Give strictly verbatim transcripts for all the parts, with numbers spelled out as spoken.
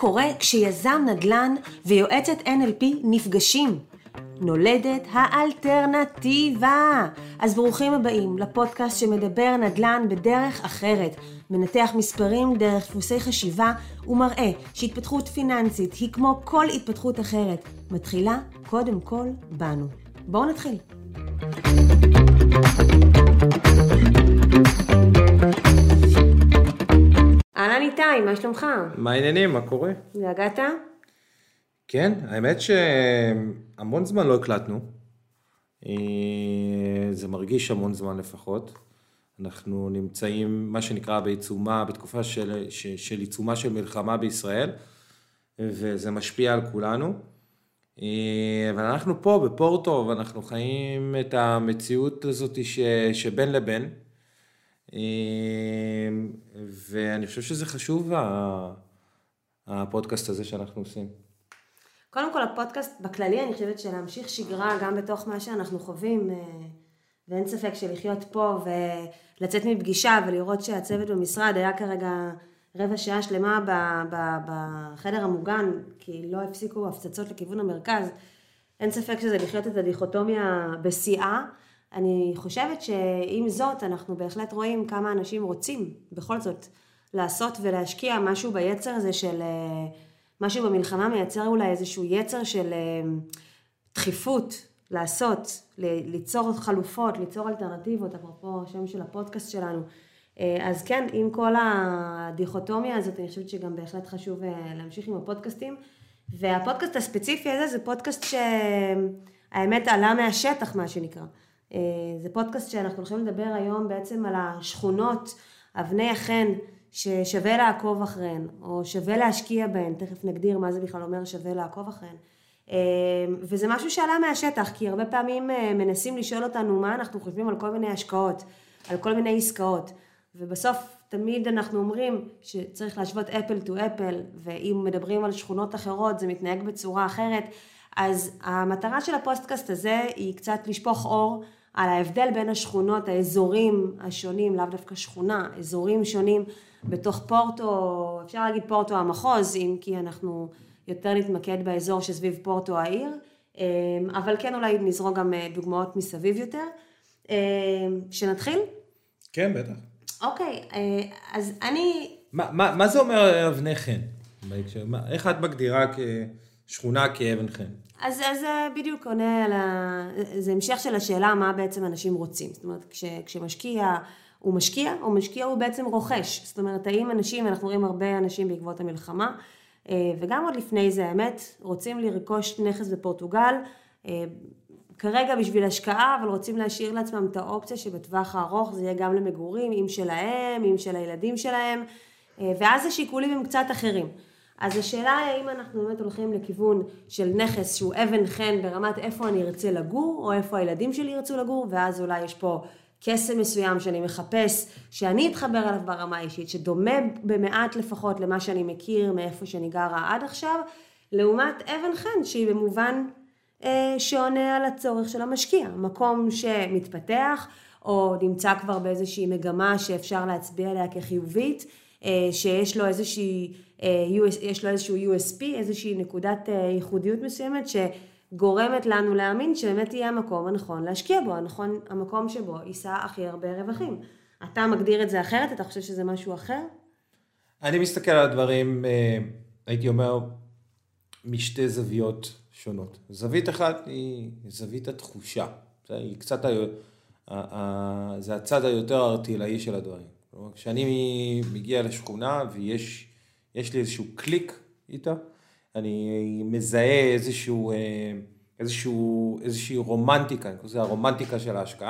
קורה כשיזם נדל"ן ויועצת אן אל פי נפגשים? נולדת האלטרנטיבה. אז ברוכים הבאים לפודקאסט שמדבר נדל"ן בדרך אחרת, מנתח מספרים דרך דפוסי חשיבה ומראה שהתפתחות פיננסית היא כמו כל התפתחות אחרת, מתחילה קודם כל בנו. בואו נתחיל. אהלן איתי, מה שלומך? מה העניינים? מה קורה? הגעת? כן, האמת שהמון זמן לא הקלטנו. זה מרגיש המון זמן לפחות. אנחנו נמצאים, מה שנקרא, בעיצומה, בתקופה של, של עיצומה של מלחמה בישראל, וזה משפיע על כולנו. אבל אנחנו פה בפורטו, ואנחנו חיים את המציאות הזאת ש, שבין לבין. ואני חושב שזה חשוב, הפודקאסט הזה שאנחנו עושים. קודם כל, הפודקאסט בכללי, אני חושבת שלהמשיך שגרה גם בתוך מה שאנחנו חווים, ואין ספק שלחיות פה ולצאת מפגישה ולראות שהצוות במשרד היה כרגע רבע שעה שלמה בחדר המוגן, כי לא הפסיקו הפצצות לכיוון המרכז. אין ספק שזה לחיות את הדיכוטומיה בשיאה. אני חושבת שעם זאת אנחנו בהחלט רואים כמה אנשים רוצים בכל זאת לעשות ולהשקיע משהו ביצר הזה של, משהו במלחמה מייצר אולי איזשהו יצר של דחיפות, לעשות, ליצור חלופות, ליצור אלטרנטיבות, אפרופו השם של הפודקאסט שלנו. אז כן, עם כל הדיכוטומיה הזאת, אני חושבת שגם בהחלט חשוב להמשיך עם הפודקאסטים. והפודקאסט הספציפי הזה זה פודקאסט שהאמת עלה מהשטח, מה שנקרא. זה פודקאסט שאנחנו הולכים לדבר היום בעצם על השכונות, אבני החן, ששווה לעקוב אחריהן, או שווה להשקיע בהן, תכף נגדיר מה זה בכלל אומר שווה לעקוב אחריהן. וזה משהו שעלה מהשטח, כי הרבה פעמים מנסים לשאול אותנו מה אנחנו חושבים על כל מיני השקעות, על כל מיני עסקאות, ובסוף תמיד אנחנו אומרים שצריך להשוות אפל טו אפל, ואם מדברים על שכונות אחרות זה מתנהג בצורה אחרת, אז המטרה של הפודקאסט הזה היא קצת לשפוך אור על ההבדל בין השכונות, האזורים השונים, לאו דווקא שכונה, אזורים שונים בתוך פורטו, אפשר להגיד פורטו המחוז, אם כי אנחנו יותר נתמקד באזור שסביב פורטו העיר, אבל כן אולי נזרוק גם דוגמאות מסביב יותר. שנתחיל? כן, בטח. אוקיי, אז אני... מה, מה, מה זה אומר אבני חן? איך את מגדירה כשכונה כאבן חן? אז זה בדיוק עונה על ה... זה המשך של השאלה מה בעצם אנשים רוצים. זאת אומרת, כש, כשמשקיע הוא משקיע, או משקיע הוא בעצם רוכש. זאת אומרת, האם אנשים, אנחנו רואים הרבה אנשים בעקבות המלחמה, וגם עוד לפני זה, האמת, רוצים לרכוש נכס בפורטוגל, כרגע בשביל השקעה, אבל רוצים להשאיר לעצמם את האופציה שבטווח הארוך זה יהיה גם למגורים, אם שלהם, אם של הילדים שלהם, ואז השיקולים הם קצת אחרים. אז השאלה היא האם אנחנו באמת הולכים לכיוון של נכס שהוא אבן חן ברמת איפה אני ארצה לגור, או איפה הילדים שלי ירצו לגור, ואז אולי יש פה קסם מסוים שאני מחפש, שאני אתחבר עליו ברמה האישית, שדומה במעט לפחות למה שאני מכיר מאיפה שאני גרה עד עכשיו, לעומת אבן חן שהיא במובן שעונה על הצורך של המשקיע, מקום שמתפתח או נמצא כבר באיזושהי מגמה שאפשר להצביע עליה כחיובית, שיש לו איזושהי, יש לו איזשהו יו אס פי, איזושהי נקודת ייחודיות מסוימת שגורמת לנו להאמין שבאמת יהיה המקום הנכון להשקיע בו, הנכון, המקום שבו יישא הכי הרבה רווחים. אתה מגדיר את זה אחרת? אתה חושב שזה משהו אחר? אני מסתכל על הדברים, הייתי אומר, משתי זוויות שונות. זווית אחת היא זווית התחושה. היא קצת, זה הצד היותר ארטילאי של הדברים. כשאני מגיע לשכונה ויש יש לי איזשהו קליק איתה, אני מזהה איזשהו, איזשהו, איזושהי רומנטיקה, זה הרומנטיקה של ההשקעה.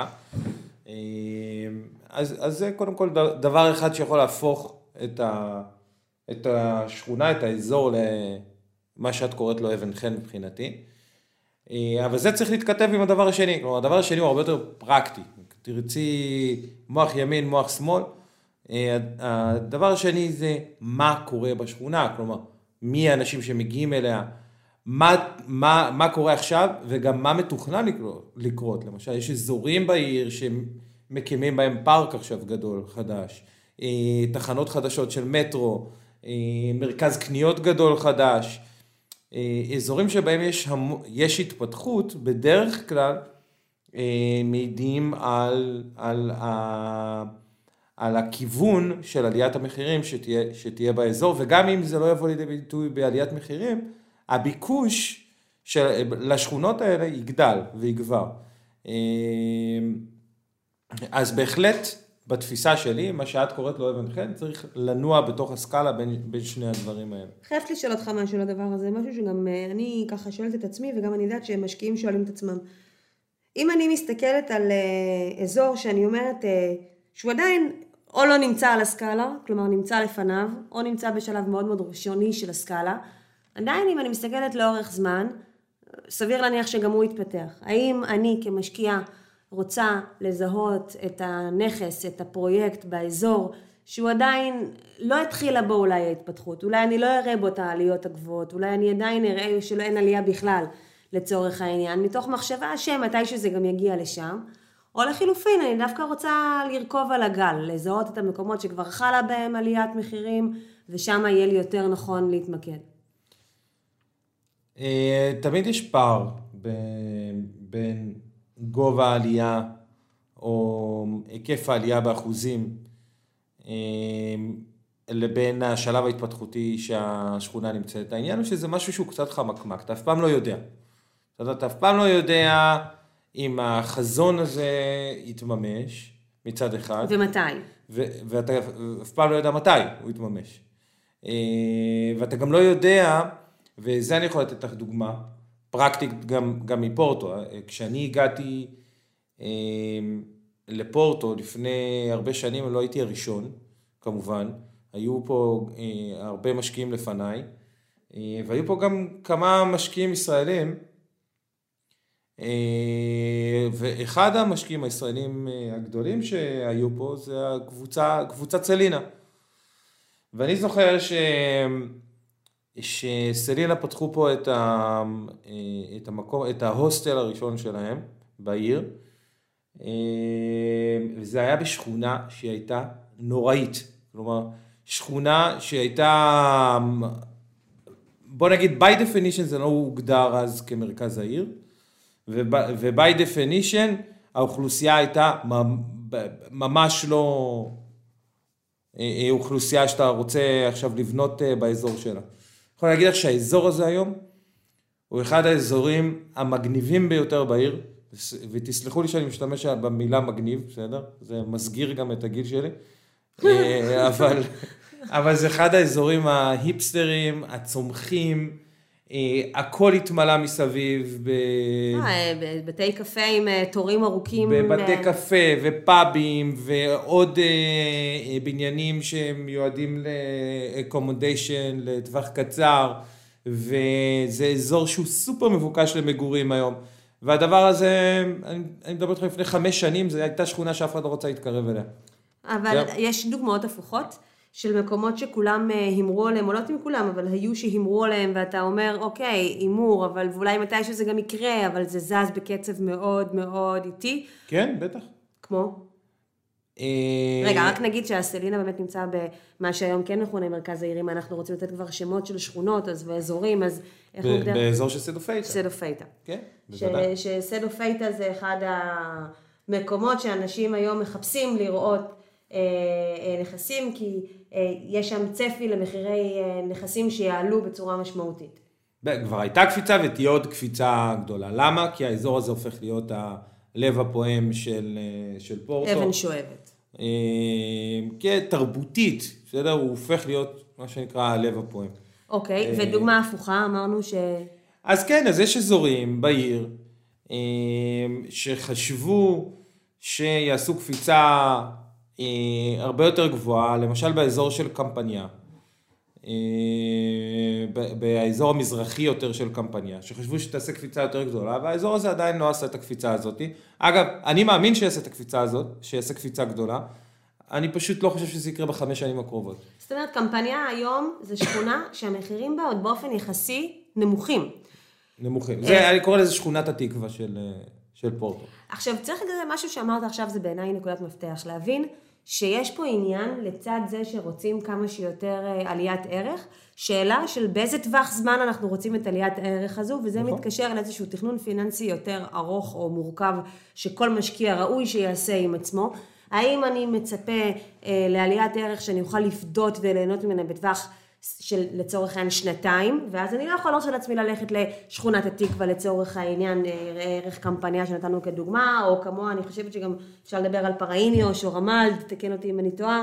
אז, אז זה קודם כל דבר אחד שיכול להפוך את, ה, את השכונה, את האזור למה שאת קוראת לו אבן חן מבחינתי. אבל זה צריך להתכתב עם הדבר השני. כלומר, הדבר השני הוא הרבה יותר פרקטי. תרצי מוח ימין, מוח שמאל. הדבר השני זה מה קורה בשכונה, כלומר, מי האנשים שמגיעים אליה, מה, מה, מה קורה עכשיו, וגם מה מתוכנן לקרות, לקרות. למשל, יש אזורים בעיר שמקימים בהם פארק עכשיו גדול, חדש, תחנות חדשות של מטרו, מרכז קניות גדול חדש, אזורים שבהם יש, יש התפתחות, בדרך כלל מעידים על, על, על הכיוון של עליית המחירים שתהיה, שתהיה באזור, וגם אם זה לא יבוא לידי ביטוי בעליית מחירים, הביקוש של, לשכונות האלה יגדל ויגבר. אז בהחלט, בתפיסה שלי, מה שאת קוראת לו אבן חן, צריך לנוע בתוך הסקאלה בין, בין שני הדברים האלה. חייבת לשאול אותך משהו לדבר הזה, משהו שגם אני ככה שואלת את עצמי, וגם אני יודעת שמשקיעים שואלים את עצמם. אם אני מסתכלת על uh, אזור שאני אומרת, uh, שהוא עדיין או לא נמצא על הסקאלה, כלומר נמצא לפניו, או נמצא בשלב מאוד מאוד ראשוני של הסקאלה, עדיין אם אני מסתכלת לאורך זמן, סביר להניח שגם הוא יתפתח. האם אני כמשקיעה רוצה לזהות את הנכס, את הפרויקט באזור, שהוא עדיין לא התחילה בו אולי ההתפתחות, אולי אני לא אראה בו את העליות הגבוהות, אולי אני עדיין אראה שלא אין עלייה בכלל לצורך העניין, מתוך מחשבה שמתי שזה גם יגיע לשם, או לחילופין, אני דווקא רוצה לרכוב על הגל, לזהות את המקומות שכבר חלה בהם עליית מחירים, ושם יהיה לי יותר נכון להתמקד. תמיד יש פער בין גובה העלייה או היקף העלייה באחוזים לבין השלב ההתפתחותי שהשכונה נמצאת. העניין הוא שזה משהו שהוא קצת חמקמק, אתה אף פעם לא יודע. אתה אף פעם לא יודע אם החזון הזה יתממש מצד אחד. ומתי. ואתה אף פעם לא יודע מתי הוא יתממש. ואתה גם לא יודע, וזה אני יכול לתת לך דוגמה, פרקטית גם, גם מפורטו. כשאני הגעתי לפורטו לפני הרבה שנים, לא הייתי הראשון, כמובן. היו פה הרבה משקיעים לפניי, והיו פה גם כמה משקיעים ישראלים, ואחד המשקיעים הישראלים הגדולים שהיו פה זה הקבוצה, קבוצת סלינה. ואני זוכר ש... שסלינה פתחו פה את, ה... את המקום, את ההוסטל הראשון שלהם בעיר, וזה היה בשכונה שהיא הייתה נוראית. כלומר, שכונה שהייתה, בוא נגיד, by definition זה לא הוגדר אז כמרכז העיר, ו-by definition האוכלוסייה הייתה ממש לא אוכלוסייה שאתה רוצה עכשיו לבנות באזור שלה. אני יכול להגיד לך שהאזור הזה היום הוא אחד האזורים המגניבים ביותר בעיר, ותסלחו לי שאני משתמש במילה מגניב, בסדר? זה מסגיר גם את הגיל שלי, אבל, אבל זה אחד האזורים ההיפסטרים, הצומחים, הכל התמלא מסביב. בבתי קפה עם תורים ארוכים. בבתי קפה ופאבים ועוד בניינים שהם מיועדים ל-accommodation, לטווח קצר, וזה אזור שהוא סופר מבוקש למגורים היום. והדבר הזה, אני, אני מדבר איתך לפני חמש שנים, זו הייתה שכונה שאף אחד לא רוצה להתקרב אליה. אבל yeah. יש דוגמאות הפוכות של מקומות שכולם הימרו עליהם, או לא יודעים כולם, אבל היו שהימרו עליהם, ואתה אומר, אוקיי, הימור, אבל ואולי מתי שזה גם יקרה, אבל זה זז בקצב מאוד מאוד איטי. כן, בטח. כמו? רגע, רק נגיד שהסלינה באמת נמצא במה שהיום כן מכונה מרכז העירים, אנחנו רוצים לתת כבר שמות של שכונות אז ואזורים, אז איך נוגדר? באזור של סדו פייטה. סדו פייטה. כן, בוודאי. שסדו פייטה זה אחד המקומות שאנשים היום מחפשים לראות נכסים, כי יש שם צפי למחירי נכסים שיעלו בצורה משמעותית. כבר הייתה קפיצה ותהיה עוד קפיצה גדולה. למה? כי האזור הזה הופך להיות ה... לב הפועם של, של פורטו. אבן שואבת. כן, תרבותית, בסדר? הוא הופך להיות מה שנקרא לב הפועם. אוקיי, ודוגמה הפוכה, אמרנו ש... אז כן, אז יש אזורים בעיר שחשבו שיעשו קפיצה הרבה יותר גבוהה, למשל באזור של קמפניה, באזור המזרחי יותר של קמפניה, שחשבו שתעשה קפיצה יותר גדולה, והאזור הזה עדיין לא עשה את הקפיצה הזאת. אגב, אני מאמין שיעשה את הקפיצה הזאת, שיעשה קפיצה גדולה, אני פשוט לא חושב שזה יקרה בחמש שנים הקרובות. זאת אומרת, קמפניה היום זה שכונה שהמחירים בה עוד באופן יחסי נמוכים. נמוכים. זה, אני קורא לזה שכונת התקווה של, של פורטו. עכשיו, צריך להגיד משהו שאמרת עכשיו, זה בעיניי נקודת מפתח, להבין שיש פה עניין לצד זה שרוצים כמה שיותר עליית ערך, שאלה של באיזה טווח זמן אנחנו רוצים את עליית הערך הזו, וזה נכון. מתקשר לאיזשהו תכנון פיננסי יותר ארוך או מורכב, שכל משקיע ראוי שיעשה עם עצמו. האם אני מצפה אה, לעליית ערך שאני אוכל לפדות וליהנות ממנה בטווח של לצורך העניין שנתיים, ואז אני לא יכול לרשות לעצמי ללכת לשכונת התקווה לצורך העניין ערך קמפניה שנתנו כדוגמה, או כמוה, אני חושבת שגם אפשר לדבר על פראיניוש או רמל, תתקן אותי אם אני טועה.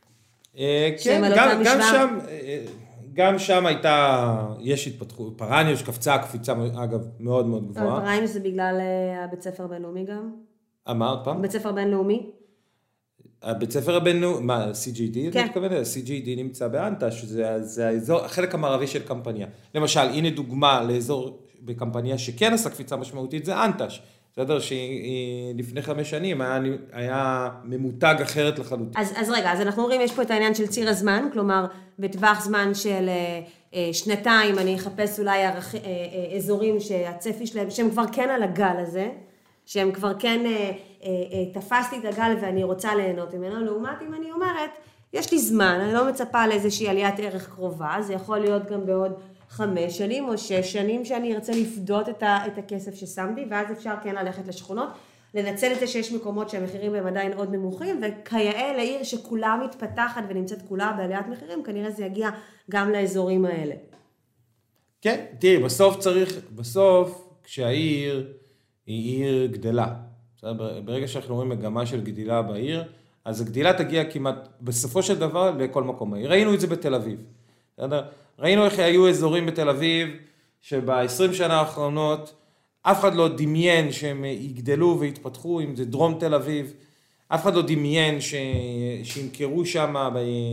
כן, גם, גם שם, גם שם הייתה, יש התפתחות, פראיניוש קפצה, קפיצה אגב מאוד מאוד גבוהה. פראיניוש זה בגלל הבית ספר בינלאומי גם? אמרת פעם? בית ספר בינלאומי? הבית ספר הבינלאומי, מה, סי ג'י די? כן. סי ג'י די נמצא באנטש, זה, זה האזור, החלק המערבי של קמפניה. למשל, הנה דוגמה לאזור בקמפניה שכן עשה קפיצה משמעותית, זה אנטש. בסדר, שלפני חמש שנים היה, היה ממותג אחרת לחלוטין. אז, אז רגע, אז אנחנו אומרים, יש פה את העניין של ציר הזמן, כלומר, בטווח זמן של שנתיים, אני אחפש אולי ערכ, אזורים שהצפי שלהם, שהם כבר כן על הגל הזה, שהם כבר כן אה, אה, אה, תפסתי את הגל ואני רוצה ליהנות ממנו, לעומת אם אני אומרת, יש לי זמן, אני לא מצפה לאיזושהי עליית ערך קרובה, זה יכול להיות גם בעוד חמש שנים או שש שנים שאני ארצה לפדות את, ה, את הכסף ששמתי, ואז אפשר כן ללכת לשכונות, לנצל את זה שיש מקומות שהמחירים הם עדיין עוד נמוכים, וכיאה לעיר שכולה מתפתחת ונמצאת כולה בעליית מחירים, כנראה זה יגיע גם לאזורים האלה. כן, תראי, בסוף צריך, בסוף כשהעיר היא עיר גדלה. ברגע שאנחנו רואים מגמה של גדילה בעיר, אז הגדילה תגיע כמעט, בסופו של דבר, לכל מקום העיר. ראינו את זה בתל אביב. ראינו איך היו אזורים בתל אביב, שב-עשרים שנה האחרונות, אף אחד לא דמיין שהם יגדלו ויתפתחו, אם זה דרום תל אביב, אף אחד לא דמיין ש... שימכרו שם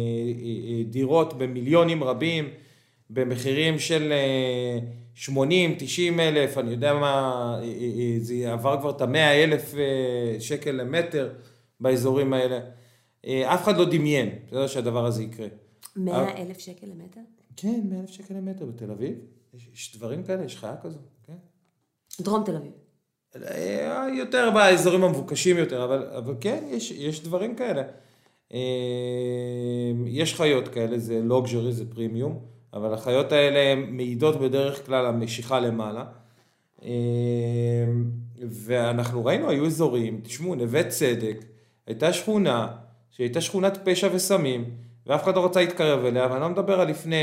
דירות במיליונים רבים, במחירים של שמונים, תשעים אלף, אני יודע מה, זה עבר כבר את המאה אלף שקל למטר באזורים האלה. אף אחד לא דמיין, זה לא שהדבר הזה יקרה. מאה אלף שקל למטר? כן, מאה אלף שקל למטר בתל אביב. יש דברים כאלה, יש חיה כזו, כן. דרום תל אביב. יותר באזורים המבוקשים יותר, אבל, אבל כן, יש, יש דברים כאלה. יש חיות כאלה, זה לוגז'רי, זה פרימיום, אבל החיות האלה מעידות בדרך כלל המשיכה למעלה. ואנחנו ראינו, היו אזורים, תשמעו, נווה צדק, הייתה שכונה, שהייתה שכונת פשע וסמים, ואף אחד לא רוצה להתקרב אליה, ואני לא מדבר על לפני,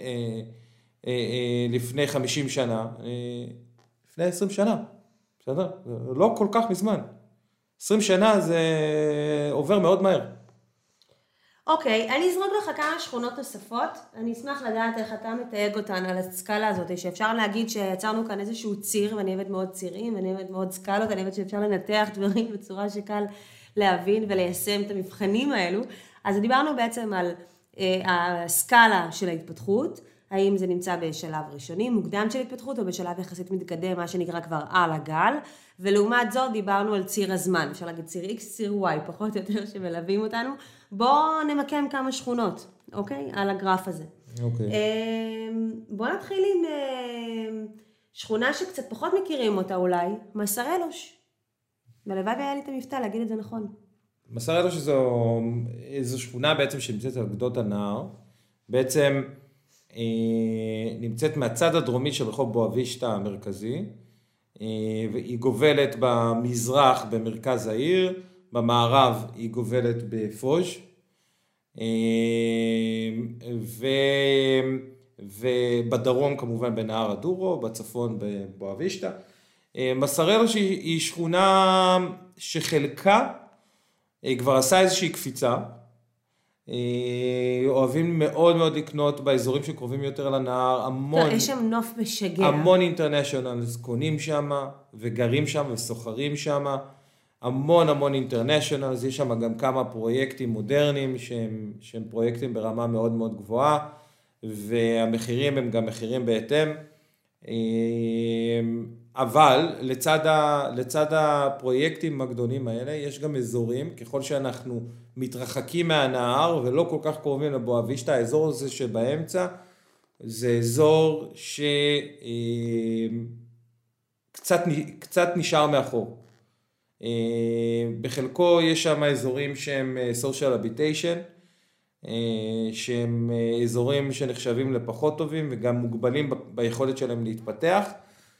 לפני חמישים שנה, לפני עשרים שנה, בסדר? לא כל כך מזמן. עשרים שנה זה עובר מאוד מהר. אוקיי, אני אזרוק לך כמה שכונות נוספות, אני אשמח לדעת איך אתה מתייג אותן על הסקאלה הזאת, שאפשר להגיד שיצרנו כאן איזשהו ציר, ואני אוהבת מאוד צירים, ואני אוהבת מאוד סקאלות, אני אוהבת שאפשר לנתח דברים בצורה שקל להבין וליישם את המבחנים האלו. אז דיברנו בעצם על אה, הסקאלה של ההתפתחות, האם זה נמצא בשלב ראשוני, מוקדם של התפתחות, או בשלב יחסית מתקדם, מה שנקרא כבר על הגל, ולעומת זאת דיברנו על ציר הזמן, אפשר להגיד ציר X, ציר Y, פחות או יותר שמלווים אותנו. בואו נמקם כמה שכונות, אוקיי? על הגרף הזה. אוקיי. בואו נתחיל עם שכונה שקצת פחות מכירים אותה אולי, מסרלוש. ולוואי והיה לי את המבטא להגיד את זה נכון. מסרלוש זו, זו שכונה בעצם שנמצאת על גדות הנהר, בעצם אה, נמצאת מהצד הדרומי של רחוב בואבישטה המרכזי, אה, והיא גובלת במזרח במרכז העיר, במערב היא גובלת בפוז' ו... ובדרום כמובן בנהר הדורו, בצפון בבואבישטה. מסרלוש היא שכונה שחלקה כבר עשה איזושהי קפיצה, אוהבים מאוד מאוד לקנות באזורים שקרובים יותר לנהר, המון... יש שם נוף משגע. המון אינטרנשיונלס קונים שם וגרים שם וסוחרים שם, המון המון אינטרנשיונלס, יש שם גם כמה פרויקטים מודרניים שהם, שהם פרויקטים ברמה מאוד מאוד גבוהה, והמחירים הם גם מחירים בהתאם, אבל לצד, ה, לצד הפרויקטים הגדולים האלה, יש גם אזורים, ככל שאנחנו מתרחקים מהנהר ולא כל כך קרובים לבואבישטה, האזור הזה שבאמצע, זה אזור שקצת קצת נשאר מאחור. בחלקו יש שם אזורים שהם social habitation, שהם אזורים שנחשבים לפחות טובים וגם מוגבלים ביכולת שלהם להתפתח.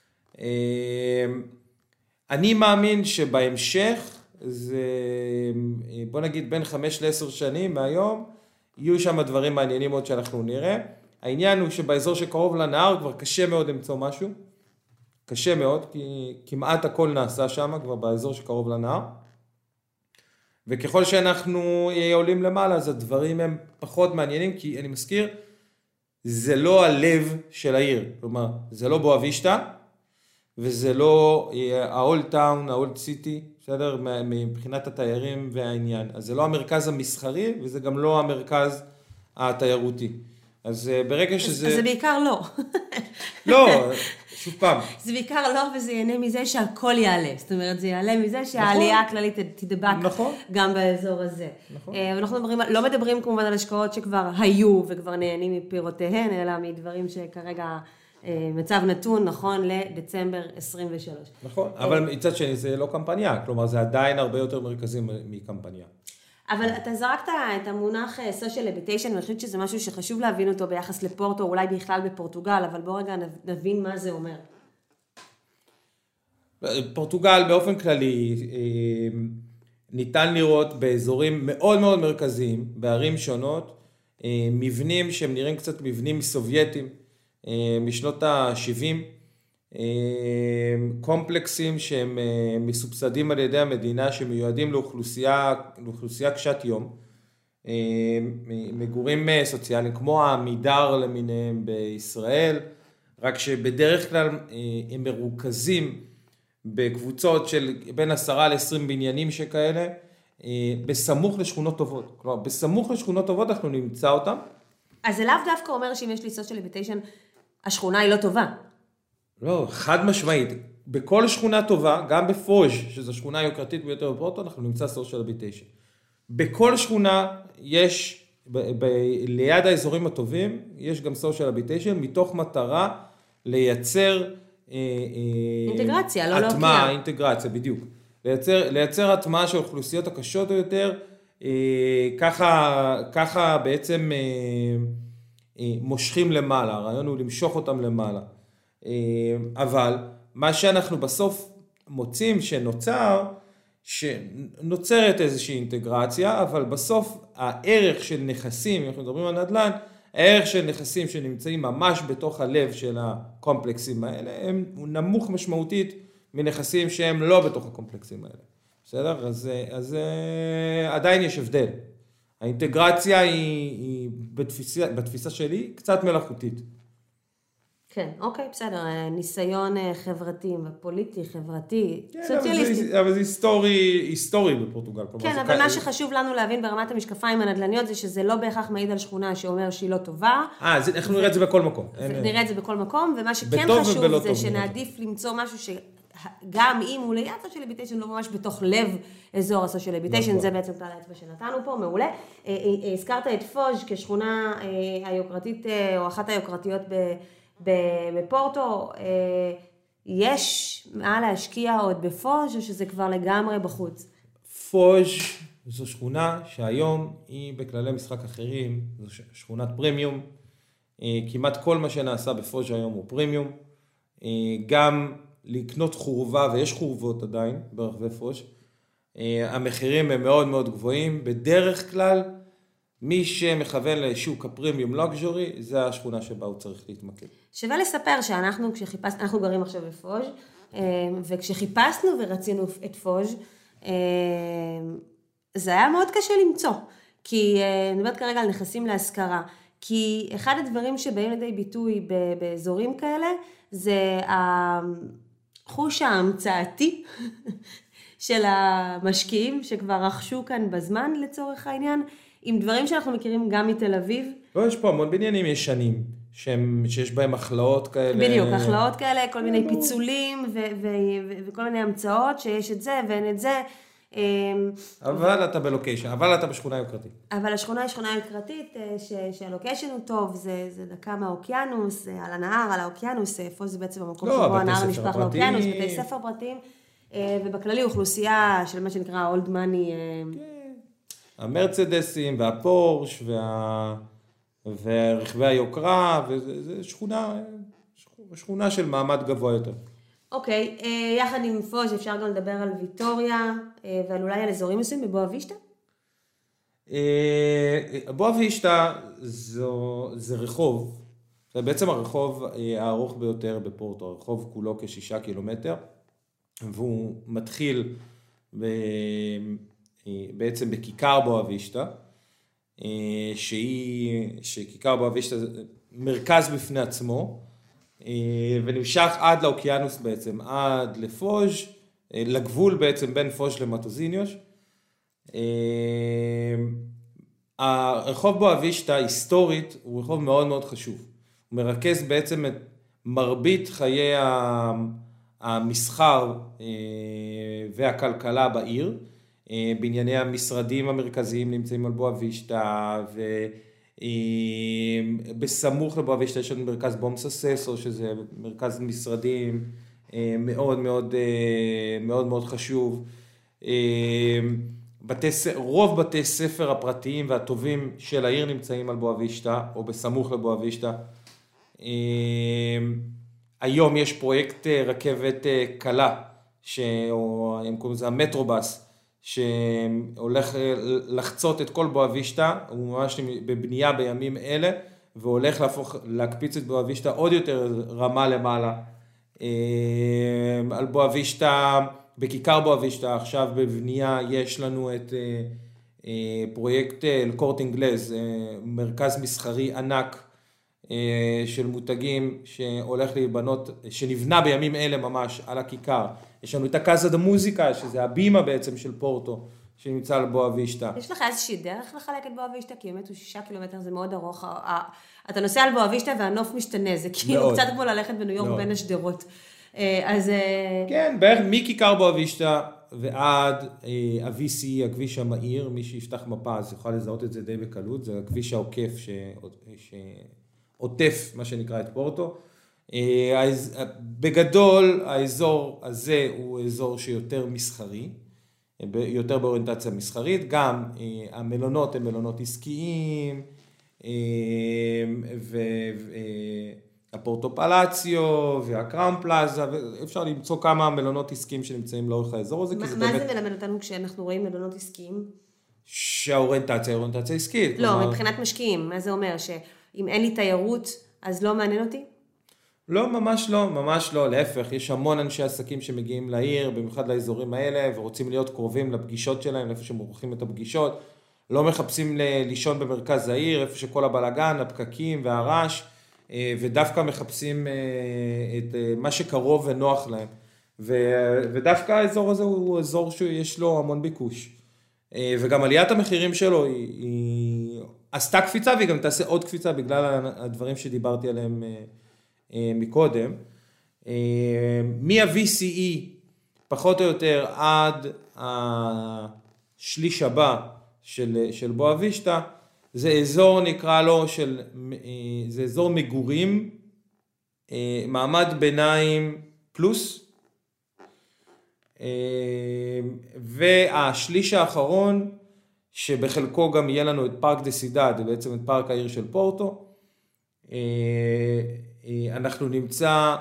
אני מאמין שבהמשך, זה, בוא נגיד בין חמש לעשר שנים מהיום, יהיו שם דברים מעניינים עוד שאנחנו נראה. העניין הוא שבאזור שקרוב לנהר כבר קשה מאוד למצוא משהו, קשה מאוד, כי כמעט הכל נעשה שם, כבר באזור שקרוב לנהר. וככל שאנחנו עולים למעלה, אז הדברים הם פחות מעניינים, כי אני מזכיר, זה לא הלב של העיר. כלומר, זה לא בואבישטה, וזה לא ה-Old Town, ה-Old City, בסדר? מבחינת התיירים והעניין. אז זה לא המרכז המסחרי, וזה גם לא המרכז התיירותי. אז ברגע שזה... אז זה בעיקר לא. לא, שוב פעם. זה בעיקר לא, וזה ייהנה מזה שהכל יעלה. זאת אומרת, זה יעלה מזה שהעלייה הכללית תדבק גם באזור הזה. אנחנו לא מדברים כמובן על השקעות שכבר היו וכבר נהנים מפירותיהן, אלא מדברים שכרגע מצב נתון, נכון, לדצמבר עשרים ושלוש. נכון, אבל מצד שני זה לא קמפניה, כלומר זה עדיין הרבה יותר מרכזים מקמפניה. אבל אתה זרקת את המונח social habitation, ואני חושבת שזה משהו שחשוב להבין אותו ביחס לפורטו, אולי בכלל בפורטוגל, אבל בוא רגע נבין מה זה אומר. פורטוגל באופן כללי ניתן לראות באזורים מאוד מאוד מרכזיים, בערים שונות, מבנים שהם נראים קצת מבנים סובייטיים, משנות ה-שבעים, קומפלקסים שהם מסובסדים על ידי המדינה שמיועדים לאוכלוסייה, לאוכלוסייה קשת יום, מגורים סוציאליים כמו העמידר למיניהם בישראל, רק שבדרך כלל הם מרוכזים בקבוצות של בין עשרה לעשרים בניינים שכאלה, בסמוך לשכונות טובות. כלומר, בסמוך לשכונות טובות אנחנו נמצא אותם. אז זה לאו דווקא אומר שאם יש לי social habitation, השכונה היא לא טובה. לא, חד משמעית. בכל שכונה טובה, גם בפוז' שזו שכונה היוקרתית ביותר בפורטו, אנחנו נמצא social habitation. בכל שכונה יש, ב- ב- ליד האזורים הטובים, יש גם social habitation, מתוך מטרה לייצר... אינטגרציה, לא להוקיע. הטמעה, אינטגרציה, בדיוק. לייצר, לייצר הטמעה של האוכלוסיות הקשות יותר, ככה, ככה בעצם מושכים למעלה, הרעיון הוא למשוך אותם למעלה. אבל מה שאנחנו בסוף מוצאים שנוצר, שנוצרת איזושהי אינטגרציה, אבל בסוף הערך של נכסים, אנחנו מדברים על נדל"ן, הערך של נכסים שנמצאים ממש בתוך הלב של הקומפלקסים האלה, הם נמוך משמעותית מנכסים שהם לא בתוך הקומפלקסים האלה. בסדר? אז, אז עדיין יש הבדל. האינטגרציה היא, היא בתפיסה, בתפיסה שלי קצת מלאכותית. כן, אוקיי, בסדר. ניסיון חברתי, פוליטי, חברתי, כן, סוציאליסטי. אבל זה, אבל זה היסטורי, היסטורי בפורטוגל. כן, אבל מה שחשוב לנו להבין ברמת המשקפיים הנדל"ניות זה שזה לא בהכרח מעיד על שכונה שאומר שהיא לא טובה. אה, אנחנו נראה את זה בכל מקום. נראה את זה בכל מקום, ומה שכן חשוב זה שנעדיף למצוא משהו שגם אם הוא ליד social habitation, לא ממש בתוך לב אזור ה-social habitation, זה בעצם כלל האצבע שנתנו פה, מעולה. הזכרת את פוז' כשכונה היוקרתית, או אחת היוקרתיות בפורטו, יש מה להשקיע עוד בפוז' או שזה כבר לגמרי בחוץ? פוז' זו שכונה שהיום היא בכללי משחק אחרים, זו שכונת פרימיום, כמעט כל מה שנעשה בפוז' היום הוא פרימיום, גם לקנות חורבה, ויש חורבות עדיין ברחבי פוז', המחירים הם מאוד מאוד גבוהים, בדרך כלל מי שמכוון לשוק הפרימיום לוקז'ורי, זה השכונה שבה הוא צריך להתמקד. שווה לספר שאנחנו כשחיפשנו, אנחנו גרים עכשיו בפוז' וכשחיפשנו ורצינו את פוז' זה היה מאוד קשה למצוא, כי אני מדברת כרגע על נכסים להשכרה, כי אחד הדברים שבאים לידי ביטוי באזורים כאלה, זה החוש ההמצאתי של המשקיעים שכבר רכשו כאן בזמן לצורך העניין, עם דברים שאנחנו מכירים גם מתל אביב. לא, יש פה המון בניינים ישנים, שהם, שיש בהם החלאות כאלה. בדיוק, החלאות כאלה, כל מיני פיצולים ו- ו- ו- וכל מיני המצאות שיש את זה ואין את זה. אבל אתה בלוקיישן, אבל אתה בשכונה יוקרתית. אבל השכונה היא שכונה יוקרתית, שהלוקיישן הוא טוב, זה, זה דקה מהאוקיינוס, על הנהר, על האוקיינוס, איפה זה בעצם המקום שבו הנהר נשפך לאוקיינוס, בתי ספר פרטיים. ובכללי אוכלוסייה של מה שנקרא אולד מאני. כן, המרצדסים והפורש וה... ורכבי היוקרה, וזה שכונה, שכונה של מעמד גבוה יותר. אוקיי, יחד עם פוז' אפשר גם לדבר על ויטוריה, ועל אולי על אזורים מסוים בבואה וישטה? בואה וישטה זה רחוב, זה בעצם הרחוב הארוך ביותר בפורטו, הרחוב כולו כשישה קילומטר, והוא מתחיל בעצם בכיכר בואה וישטה, שהיא, שכיכר בואה וישטה זה מרכז בפני עצמו, ונמשך עד לאוקיינוס בעצם, עד לפוז', לגבול בעצם בין פוז' למטוזיניוש. הרחוב בואה וישטה היסטורית הוא רחוב מאוד מאוד חשוב. הוא מרכז בעצם את מרבית חיי המסחר והכלכלה בעיר. בענייני המשרדים המרכזיים נמצאים על בואה וישטה, ובסמוך לבואה וישטה יש לנו מרכז בומסססו, שזה מרכז משרדים מאוד מאוד מאוד מאוד חשוב. בתי, רוב בתי ספר הפרטיים והטובים של העיר נמצאים על בואה וישטה, או בסמוך לבואה וישטה. היום יש פרויקט רכבת קלה, שהם קוראים לזה המטרובוס, שהולך לחצות את כל בואה וישטה, הוא ממש בבנייה בימים אלה, והולך להפוך, להקפיץ את בואה וישטה עוד יותר רמה למעלה. על בואה וישטה, בכיכר בואה וישטה, עכשיו בבנייה יש לנו את פרויקט אלקורט אינגלז, מרכז מסחרי ענק של מותגים שהולך להיבנות, שנבנה בימים אלה ממש על הכיכר. יש לנו את הקאזה דה מוזיקה, שזה הבימה בעצם של פורטו, שנמצא על בואה וישטה. יש לך איזושהי דרך לחלק את בואה וישטה? כי באמת הוא שישה קילומטר, זה מאוד ארוך. אתה נוסע על בואה וישתה והנוף משתנה, זה כאילו קצת כמו ללכת בניו יורק בין השדרות. אז... כן, בערך מכיכר בואה וישטה ועד ה-וי סי, הכביש המהיר, מי שיפתח מפה אז יוכל לזהות את זה די בקלות, זה הכביש העוקף שעוטף מה שנקרא את פורטו. בגדול האזור הזה הוא אזור שיותר מסחרי, יותר באוריינטציה מסחרית, גם המלונות הם מלונות עסקיים, והפורטו פלאציו והקראון פלאזה, ואפשר למצוא כמה מלונות עסקיים שנמצאים לאורך האזור הזה. מה זה מלמד אותנו כשאנחנו רואים מלונות עסקיים? שהאוריינטציה היא אוריינטציה עסקית. לא, מבחינת משקיעים, מה זה אומר? שאם אין לי תיירות, אז לא מעניין אותי? לא, ממש לא, ממש לא, להפך, יש המון אנשי עסקים שמגיעים לעיר, במיוחד לאזורים האלה, ורוצים להיות קרובים לפגישות שלהם, לאיפה שהם עורכים את הפגישות, לא מחפשים לישון במרכז העיר, איפה שכל הבלגן, הפקקים והרעש, ודווקא מחפשים את מה שקרוב ונוח להם, ודווקא האזור הזה הוא אזור שיש לו המון ביקוש, וגם עליית המחירים שלו היא, היא עשתה קפיצה, והיא גם תעשה עוד קפיצה בגלל הדברים שדיברתי עליהם מקודם. מה-וי סי אי פחות או יותר עד השליש הבא של, של בואה וישטה, זה אזור נקרא לו של, זה אזור מגורים, מעמד ביניים פלוס, והשליש האחרון שבחלקו גם יהיה לנו את פארק דה סידד, בעצם את פארק העיר של פורטו, אנחנו נמצא,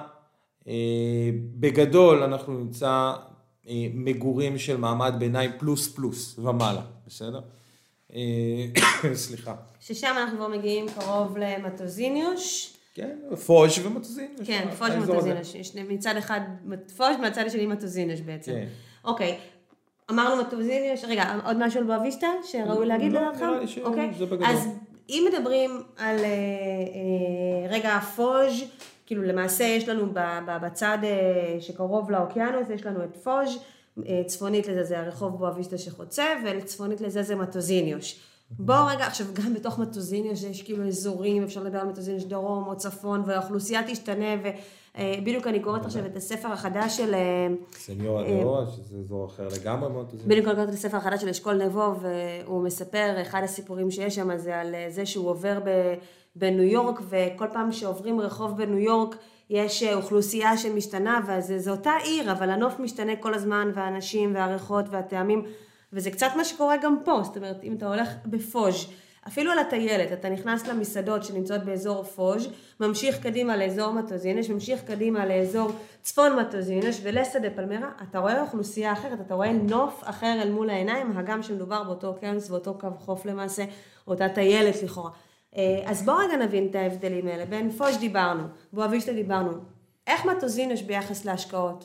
בגדול אנחנו נמצא מגורים של מעמד ביניים פלוס פלוס ומעלה, בסדר? סליחה. ששם אנחנו כבר מגיעים קרוב למטוזיניוש. כן, פוז' ומטוזיניוש. כן, פוז' ומטוזיניוש. יש מצד אחד פוז', מצד השני מטוזיניוש בעצם. כן. אוקיי, אמרנו מטוזיניוש, רגע, עוד משהו על בואה וישטה שראוי להגיד לך? לא, אוקיי. זה בגדול. אז אם מדברים על רגע הפוז', כאילו למעשה יש לנו בצד שקרוב לאוקיינוס, יש לנו את פוז', צפונית לזה זה הרחוב בואה וישטה שחוצה, וצפונית לזה זה מטוזיניוש. בואו רגע, עכשיו גם בתוך מטוזיניוש יש כאילו אזורים, אפשר לדבר על מטוזיניוש דרום או צפון, והאוכלוסייה תשתנה, ובדיוק אני קוראת עכשיו את הספר החדש של... סניור הדאורה, שזה אזור אחר לגמרי מטוזיניוש. בדיוק אני קוראת את הספר החדש של אשכול נבו, והוא מספר, אחד הסיפורים שיש שם, זה על זה שהוא עובר בניו יורק, וכל פעם שעוברים רחוב בניו יורק, יש אוכלוסייה שמשתנה, וזה אותה עיר, אבל הנוף משתנה כל הזמן, והאנשים והריחות והטעמים, וזה קצת מה שקורה גם פה, זאת אומרת, אם אתה הולך בפוז' אפילו על הטיילת, אתה נכנס למסעדות שנמצאות באזור פוז', ממשיך קדימה לאזור מטוזיניוש, ממשיך קדימה לאזור צפון מטוזיניוש, ולסדה פלמרה, אתה רואה אוכלוסייה אחרת, אתה רואה נוף אחר אל מול העיניים, הגם שמדובר באותו אוקיינוס ואותו קו חוף למעשה, אותה טיילת לכאורה. אז בואו רגע נבין את ההבדלים האלה, בין פוז' דיברנו, בואבישטה דיברנו, איך מטוזיניוש ביחס להשקעות?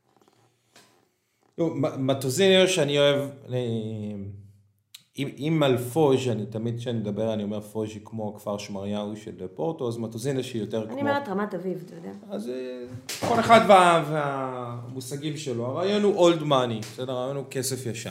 מטוזיניוש אני אוהב, אם על פוז' אני תמיד כשאני מדבר אני אומר פוז' היא כמו כפר שמריהו של פורטו, אז מטוזיניוש היא יותר כמו... אני אומרת רמת אביב, אתה יודע. אז כל אחד וה, והמושגים שלו, הרעיון הוא old money, בסדר? הרעיון הוא כסף ישן.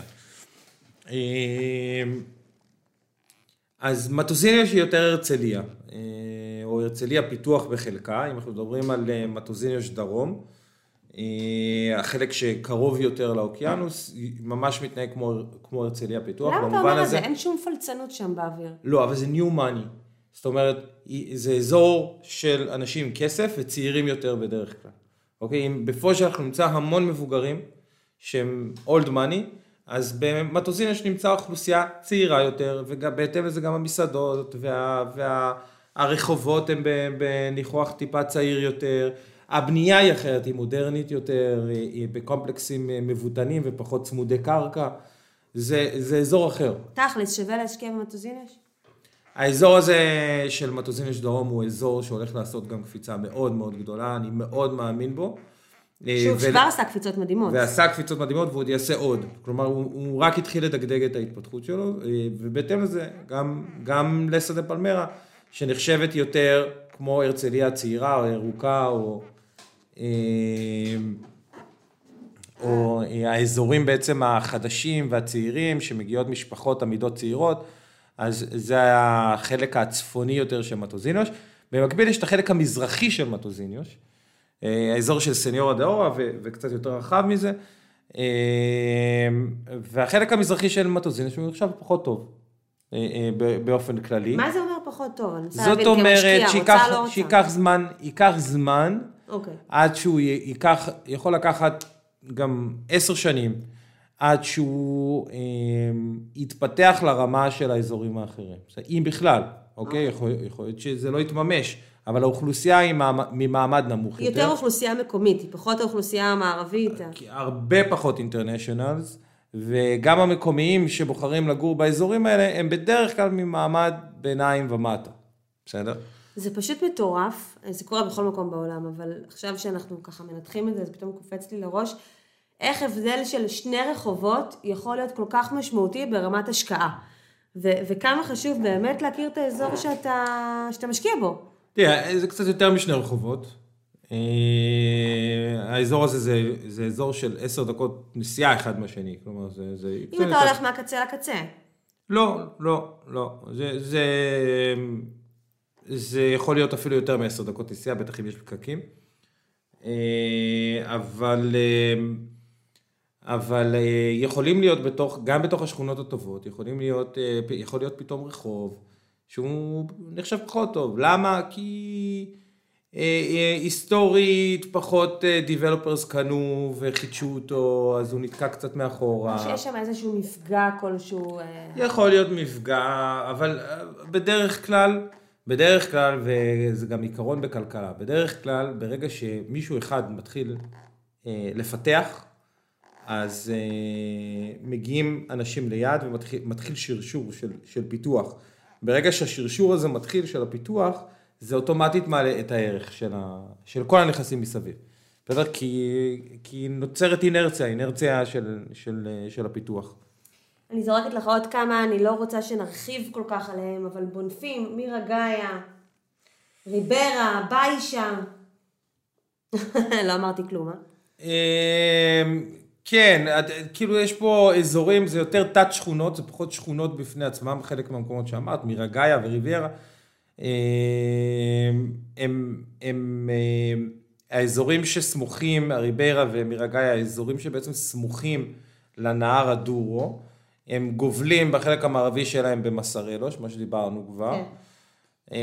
אז מטוזיניוש היא יותר הרצליה, או הרצליה פיתוח בחלקה, אם אנחנו מדברים על מטוזיניוש דרום, החלק שקרוב יותר לאוקיינוס, ממש מתנהג כמו, כמו הרצליה פיתוח. למה אתה אומר את זה? אין שום פלצנות שם באוויר. לא, אבל זה new money. זאת אומרת, זה אזור של אנשים עם כסף וצעירים יותר בדרך כלל. אוקיי? אם בפוז' אנחנו נמצא המון מבוגרים שהם old money, אז במטוזיניוש נמצא אוכלוסייה צעירה יותר, ובהתאם לזה גם המסעדות וה, והרחובות הם בניחוח טיפה צעיר יותר, הבנייה היא אחרת, היא מודרנית יותר, היא בקומפלקסים מבוטנים ופחות צמודי קרקע, זה, זה אזור אחר. תכלס, שווה להשקיע במטוזיניוש? האזור הזה של מטוזיניוש דרום הוא אזור שהולך לעשות גם קפיצה מאוד מאוד גדולה, אני מאוד מאמין בו. שוב, ו... כבר עשה קפיצות מדהימות. ועשה קפיצות מדהימות ועוד יעשה עוד. כלומר, הוא, הוא רק התחיל לדגדג את ההתפתחות שלו, ובהתאם לזה, גם, גם לסדה פלמרה, שנחשבת יותר כמו הרצליה צעירה או ירוקה, או... או האזורים בעצם החדשים והצעירים שמגיעות משפחות עמידות צעירות, אז זה החלק הצפוני יותר של מטוזיניוש. במקביל יש את החלק המזרחי של מטוזיניוש, האזור של סניור הדאורה וקצת יותר רחב מזה, והחלק המזרחי של מטוזיניוש הוא נחשב פחות טוב באופן כללי. מה זה אומר פחות טוב? זאת אומרת שייקח זמן, ייקח זמן, אוקיי. עד שהוא ייקח, יכול לקחת גם עשר שנים, עד שהוא אה, יתפתח לרמה של האזורים האחרים. אם בכלל, אוקיי? יכול, יכול להיות שזה לא יתממש, אבל האוכלוסייה היא ממעמד נמוך יותר. יותר אוכלוסייה מקומית, היא פחות האוכלוסייה המערבית. הרבה פחות אינטרנשיונלס, וגם המקומיים שבוחרים לגור באזורים האלה, הם בדרך כלל ממעמד ביניים ומטה. בסדר? זה פשוט מטורף, זה קורה בכל מקום בעולם, אבל עכשיו שאנחנו ככה מנתחים את זה, זה פתאום קופץ לי לראש, איך הבדל של שני רחובות יכול להיות כל כך משמעותי ברמת השקעה. ו- וכמה חשוב באמת להכיר את האזור שאתה, שאתה משקיע בו. תראה, זה קצת יותר משני רחובות. האזור הזה זה, זה אזור של עשר דקות נסיעה אחד מהשני, כלומר זה... זה אם אתה יותר... הולך מהקצה לקצה. לא, לא, לא. זה... זה... זה יכול להיות אפילו יותר מעשר דקות נסיעה, בטח אם יש פקקים. אבל, אבל יכולים להיות בתוך, גם בתוך השכונות הטובות, יכולים להיות, יכול להיות פתאום רחוב, שהוא נחשב פחות טוב. למה? כי היסטורית פחות דיבלופרס קנו וחידשו אותו, אז הוא נתקע קצת מאחורה. שיש שם איזשהו מפגע כלשהו. יכול להיות מפגע, אבל בדרך כלל, בדרך כלל, וזה גם עיקרון בכלכלה, בדרך כלל, ברגע שמישהו אחד מתחיל אה, לפתח, אז אה, מגיעים אנשים ליד ומתחיל שרשור של, של פיתוח. ברגע שהשרשור הזה מתחיל של הפיתוח, זה אוטומטית מעלה את הערך של, ה, של כל הנכסים מסביב. בסדר? כי, כי נוצרת אינרציה, אינרציה של, של, של הפיתוח. אני זורקת לך עוד כמה, אני לא רוצה שנרחיב כל כך עליהם, אבל בונפים, מירה גאיה, ריברה, ביישה. לא אמרתי כלום, אה? כן, כאילו יש פה אזורים, זה יותר תת שכונות, זה פחות שכונות בפני עצמם, חלק מהמקומות שאמרת, מירגאיה וריביירה, הם, הם, הם, האזורים שסמוכים, הריביירה ומירגאיה, האזורים שבעצם סמוכים לנהר הדורו, הם גובלים בחלק המערבי שלהם במסרלוש, מה שדיברנו כבר. כן.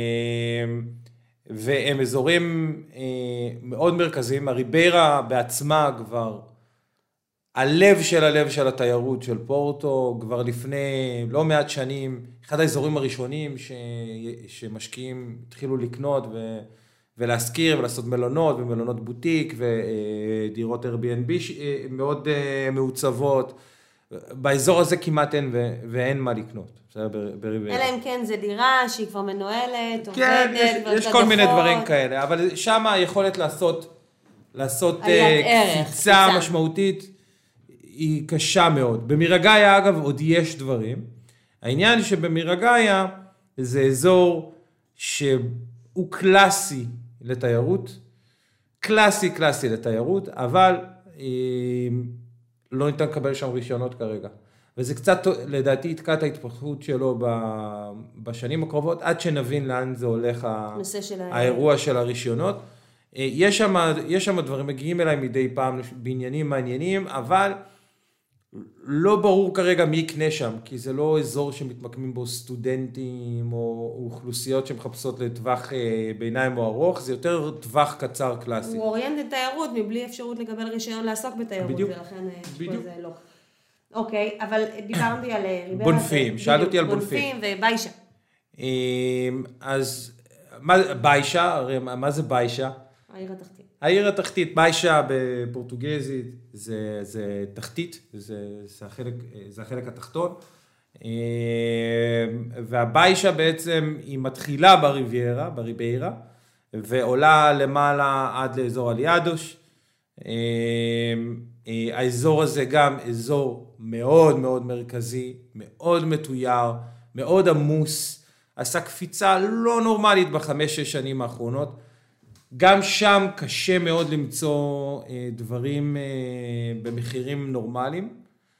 והם אזורים מאוד מרכזיים, הריביירה בעצמה כבר, הלב של הלב של התיירות של פורטו, כבר לפני לא מעט שנים, אחד האזורים הראשונים ש... שמשקיעים התחילו לקנות ו... ולהזכיר ולעשות מלונות ומלונות בוטיק ודירות Airbnb מאוד מעוצבות. באזור הזה כמעט אין ו... ואין מה לקנות. אלא אם כן זה דירה שהיא כבר מנוהלת, כן, עובדת, יש, יש כל מיני דברים כאלה, אבל שם היכולת לעשות, לעשות קפיצה משמעותית היא קשה מאוד. במירגאיה אגב עוד יש דברים. העניין שבמירגאיה זה אזור שהוא קלאסי לתיירות, קלאסי קלאסי לתיירות, אבל לא ניתן לקבל שם רישיונות כרגע. וזה קצת, לדעתי, יתקע את ההתפתחות שלו בשנים הקרובות, עד שנבין לאן זה הולך האירוע של הרישיונות. יש שם, יש שם דברים, מגיעים אליי מדי פעם בעניינים מעניינים, אבל לא ברור כרגע מי יקנה שם, כי זה לא אזור שמתמקמים בו סטודנטים או אוכלוסיות שמחפשות לטווח ביניים או ארוך, זה יותר טווח קצר קלאסי. הוא אוריינט לתיירות מבלי אפשרות לקבל רישיון לעסוק בתיירות, בדיוק. ולכן יש פה איזה לא. אוקיי, אבל דיברתי על ריביירה. בונפים, שאלת אותי על בונפים. בונפים וביישה. אז ביישה, הרי מה זה ביישה? העיר התחתית. העיר התחתית, ביישה בפורטוגזית, זה, זה תחתית, זה, זה, החלק, זה החלק התחתון. והביישה בעצם היא מתחילה בריביירה, בריביירה, ועולה למעלה עד לאזור אליאדוש. האזור הזה גם אזור מאוד מאוד מרכזי, מאוד מתויר, מאוד עמוס, עשה קפיצה לא נורמלית בחמש-שש שנים האחרונות. גם שם קשה מאוד למצוא דברים במחירים נורמליים,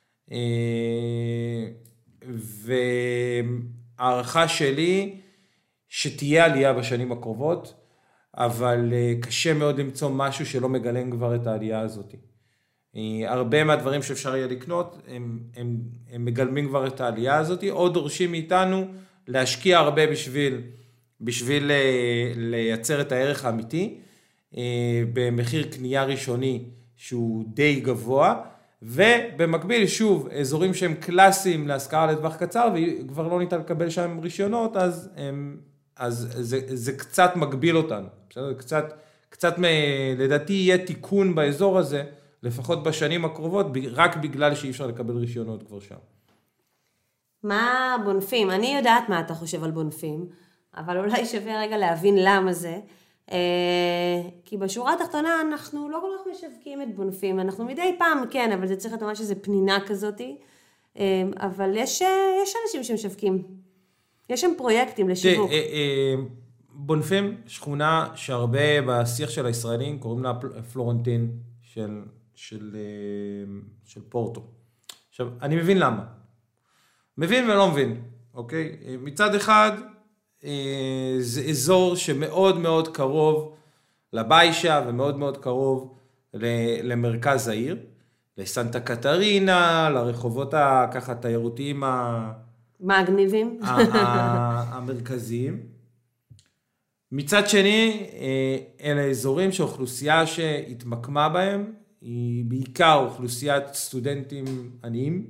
והערכה שלי שתהיה עלייה בשנים הקרובות, אבל קשה מאוד למצוא משהו שלא מגלם כבר את העלייה הזאת. הרבה מהדברים שאפשר יהיה לקנות, הם, הם, הם מגלמים כבר את העלייה הזאת, או דורשים מאיתנו להשקיע הרבה בשביל, בשביל לייצר את הערך האמיתי, במחיר קנייה ראשוני שהוא די גבוה, ובמקביל שוב, אזורים שהם קלאסיים להשכרה לטווח קצר, וכבר לא ניתן לקבל שם רישיונות, אז, הם, אז זה, זה קצת מגביל אותנו. בסדר? קצת, קצת מ, לדעתי יהיה תיקון באזור הזה, לפחות בשנים הקרובות, רק בגלל שאי אפשר לקבל רישיונות כבר שם. מה בונפים? אני יודעת מה אתה חושב על בונפים, אבל אולי שווה רגע להבין למה זה. כי בשורה התחתונה אנחנו לא כל כך משווקים את בונפים, אנחנו מדי פעם כן, אבל זה צריך להיות ממש איזו פנינה כזאת, אבל יש, יש אנשים שמשווקים, יש שם פרויקטים לשיווק. בונפים, שכונה שהרבה בשיח של הישראלים קוראים לה פלורנטין של, של, של פורטו. עכשיו, אני מבין למה. מבין ולא מבין, אוקיי? מצד אחד, זה אזור שמאוד מאוד קרוב לביישה ומאוד מאוד קרוב למרכז העיר, לסנטה קטרינה, לרחובות הככה תיירותיים מגניבים המרכזיים. מצד שני, אלה אזורים שאוכלוסייה שהתמקמה בהם, היא בעיקר אוכלוסיית סטודנטים עניים,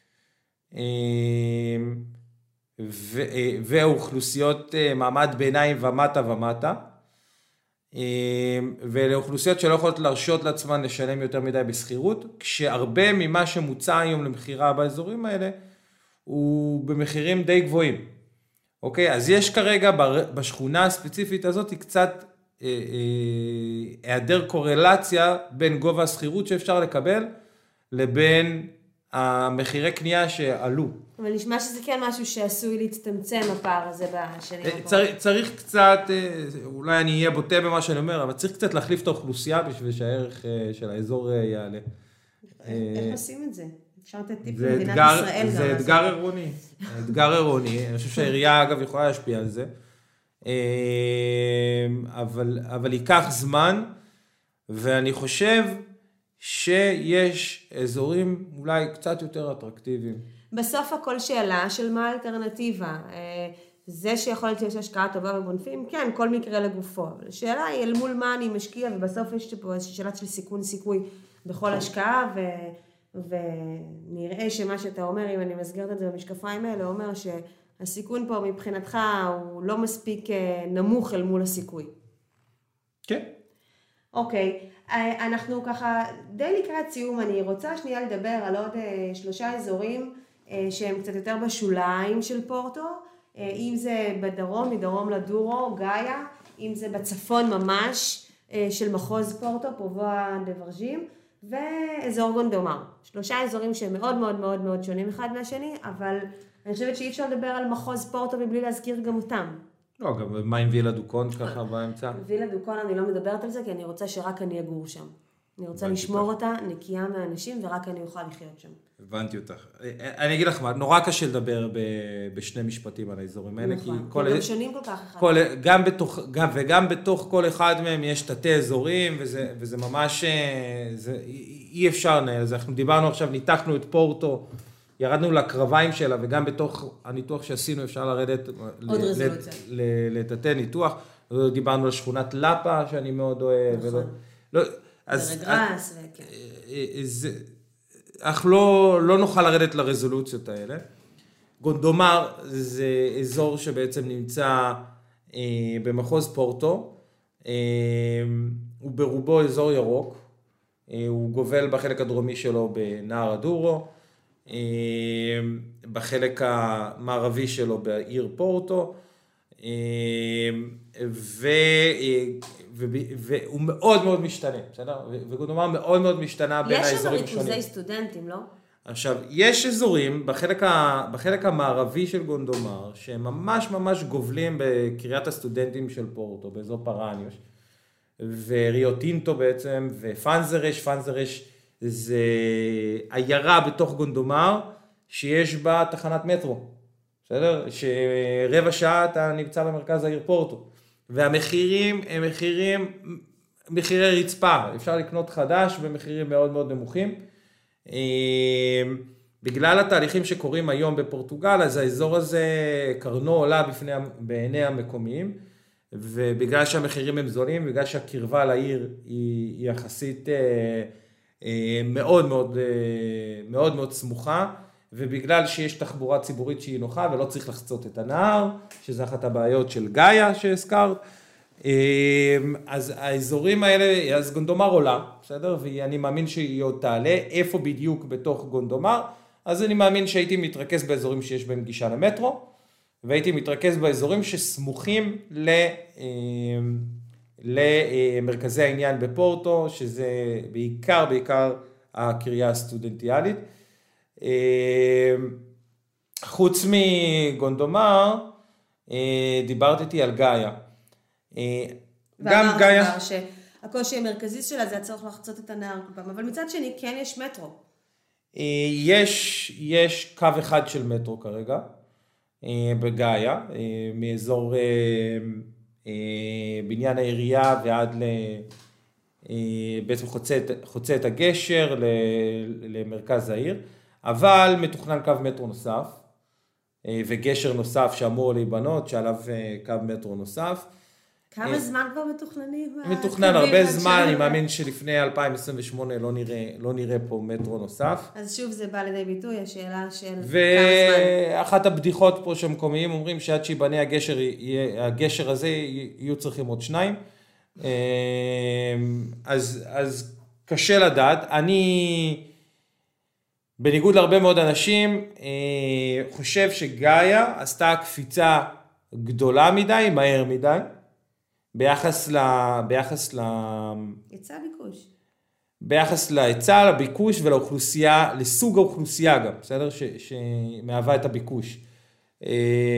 ואוכלוסיות מעמד ביניים ומטה ומטה, ולאוכלוסיות שלא יכולות להרשות לעצמן לשלם יותר מדי בסחירות, כשהרבה ממה שמוצע היום למחירה באזורים האלה, הוא במחירים די גבוהים. אוקיי, אז יש כרגע בשכונה הספציפית הזאת קצת היעדר קורלציה בין גובה הסחירות שאפשר לקבל, לבין המחירי קנייה שעלו. אבל נשמע שזה כן משהו שעשוי להצטמצם הפער הזה בשנים הבאות. צריך, צריך קצת, אולי אני אהיה בוטה במה שאני אומר, אבל צריך קצת להחליף את האוכלוסייה בשביל שהערך של האזור יעלה. איך עושים את זה? אפשר לתת טיפ זה למדינת אתגר, ישראל. זה אתגר עירוני, אתגר עירוני, אני חושב שהעירייה אגב יכולה להשפיע על זה, אבל, אבל ייקח זמן, ואני חושב שיש אזורים אולי קצת יותר אטרקטיביים. בסוף הכל שאלה של מה האלטרנטיבה. זה שיכול להיות שיש השקעה טובה בבונפים, כן, כל מקרה לגופו. השאלה היא אל מול מה אני משקיע, ובסוף יש פה איזושהי שאלה של סיכון סיכוי בכל השקעה, ו... ונראה שמה שאתה אומר, אם אני מסגרת את זה במשקפיים האלה, אומר שהסיכון פה מבחינתך הוא לא מספיק נמוך אל מול הסיכוי. כן. אוקיי, אנחנו ככה די לקראת סיום, אני רוצה שנייה לדבר על עוד שלושה אזורים שהם קצת יותר בשוליים של פורטו, אם זה בדרום, מדרום לדורו, גאיה, אם זה בצפון ממש של מחוז פורטו, פובואה דברג'ים, ואזור גונדומר. שלושה אזורים שהם מאוד מאוד מאוד מאוד שונים אחד מהשני, אבל אני חושבת שאי אפשר לדבר על מחוז פורטו מבלי להזכיר גם אותם. לא, גם מה עם וילה דוקון ככה באמצע? וילה דוקון אני לא מדברת על זה, כי אני רוצה שרק אני אגור שם. אני רוצה לשמור אותה נקייה מהאנשים, ורק אני אוכל לחיות שם. הבנתי אותך. אני אגיד לך מה, נורא קשה לדבר בשני משפטים על האזורים האלה, כי כל... הם שונים כל כך אחד. כל, גם בתוך, גם, וגם בתוך כל אחד מהם יש תתי אזורים, וזה, וזה ממש, זה, אי אפשר לנהל. אז אנחנו דיברנו עכשיו, ניתחנו את פורטו, ירדנו לקרביים שלה, וגם בתוך הניתוח שעשינו אפשר לרדת עוד רזולוציה. לתתי ניתוח. דיברנו על שכונת לפה, שאני מאוד אוהב. נכון. לא, אז... ורגרס, וכן. זה... אך לא, לא נוכל לרדת לרזולוציות האלה. גונדומר זה אזור שבעצם נמצא אה, במחוז פורטו, אה, הוא ברובו אזור ירוק, אה, הוא גובל בחלק הדרומי שלו בנהר הדורו, אה, בחלק המערבי שלו בעיר פורטו, אה, ו... אה, והוא מאוד מאוד משתנה, בסדר? וגונדומר מאוד מאוד משתנה בין האזורים השונים. יש שם ריכוזי סטודנטים, לא? עכשיו, יש אזורים בחלק, ה, בחלק המערבי של גונדומר, שהם ממש ממש גובלים בקריית הסטודנטים של פורטו, באזור פרניוש, וריו טינטו בעצם, ופנזרש, פנזרש זה עיירה בתוך גונדומר, שיש בה תחנת מטרו, בסדר? שרבע שעה אתה נמצא במרכז העיר פורטו. והמחירים הם מחירים, מחירי רצפה, אפשר לקנות חדש במחירים מאוד מאוד נמוכים. בגלל התהליכים שקורים היום בפורטוגל, אז האזור הזה קרנו עולה בפני, בעיני המקומיים, ובגלל שהמחירים הם זולים, בגלל שהקרבה לעיר היא, היא יחסית מאוד מאוד, מאוד מאוד סמוכה, ובגלל שיש תחבורה ציבורית שהיא נוחה ולא צריך לחצות את הנהר, שזה אחת הבעיות של גאיה שהזכרת, אז האזורים האלה, אז גונדומר עולה, בסדר? ואני מאמין שהיא עוד תעלה, איפה בדיוק בתוך גונדומר, אז אני מאמין שהייתי מתרכז באזורים שיש בהם גישה למטרו, והייתי מתרכז באזורים שסמוכים למרכזי העניין בפורטו, שזה בעיקר בעיקר הקריה הסטודנטיאלית. חוץ מגונדומר, דיברת איתי על גאיה. גם גאיה... שהקושי המרכזי שלה זה הצורך לחצות את הנהר כל פעם, אבל מצד שני כן יש מטרו. יש, יש קו אחד של מטרו כרגע, בגאיה, מאזור בניין העירייה ועד ל... בעצם חוצה, חוצה את הגשר למרכז העיר, אבל מתוכנן קו מטרו נוסף, וגשר נוסף שאמור להיבנות, שעליו קו מטרו נוסף. כמה זמן כבר מתוכננים? מתוכנן הרבה זמן, אני מאמין שלפני אלפיים עשרים ושמונה לא נראה, לא נראה פה מטרו נוסף. אז שוב זה בא לידי ביטוי, השאלה של כמה זמן. ואחת הבדיחות פה שמקומיים אומרים שעד שיבנה הגשר, הגשר הזה יהיו צריכים עוד שניים. אז, אז קשה לדעת. אני, בניגוד להרבה מאוד אנשים, חושב שגאיה עשתה קפיצה גדולה מדי, מהר מדי, ביחס ל... ביחס ל... היצע ביקוש. ביחס להיצע, לביקוש ולאוכלוסייה, לסוג האוכלוסייה גם, בסדר? ש, שמהווה את הביקוש. כן,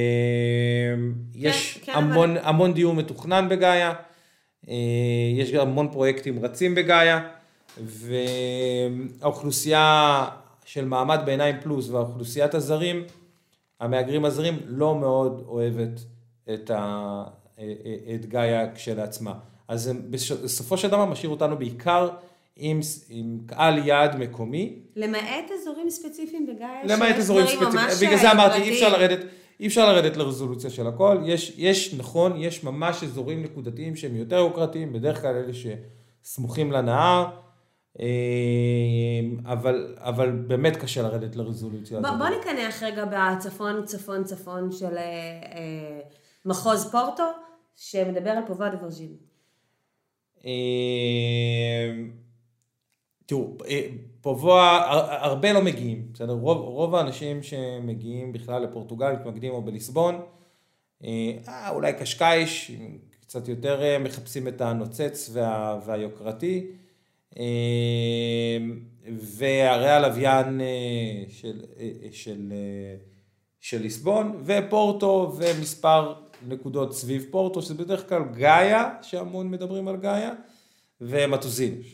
יש כן, המון, אבל... המון דיור מתוכנן בגאיה, יש גם המון פרויקטים רצים בגאיה, והאוכלוסייה של מעמד ביניים פלוס והאוכלוסיית הזרים, המהגרים הזרים לא מאוד אוהבת את, ה, את גאיה כשלעצמה. אז בסופו של דבר משאיר אותנו בעיקר עם, עם קהל יעד מקומי. למעט אזורים ספציפיים בגאיה, למעט אזורים ספציפיים, בגלל זה אמרתי, אי אפשר לרדת, אי אפשר לרדת לרזולוציה של הכל. יש, יש נכון, יש ממש אזורים נקודתיים שהם יותר יוקרתיים, בדרך כלל אלה שסמוכים לנהר, אבל, אבל באמת קשה לרדת לרזולוציה. בוא, בוא נקנח רגע בצפון, צפון, צפון של אה, מחוז פורטו, שמדבר על פובוע דה ורג'ין. תראו, פובוע, הרבה לא מגיעים, בסדר? רוב, רוב האנשים שמגיעים בכלל לפורטוגל, מתמקדים או בליסבון, אה, אולי קשקייש, קצת יותר מחפשים את הנוצץ וה, והיוקרתי, והרי הלוויין של, של, של ליסבון, ופורטו ומספר נקודות סביב פורטו, שזה בדרך כלל גאיה, שהמון מדברים על גאיה, ומטוזינוש.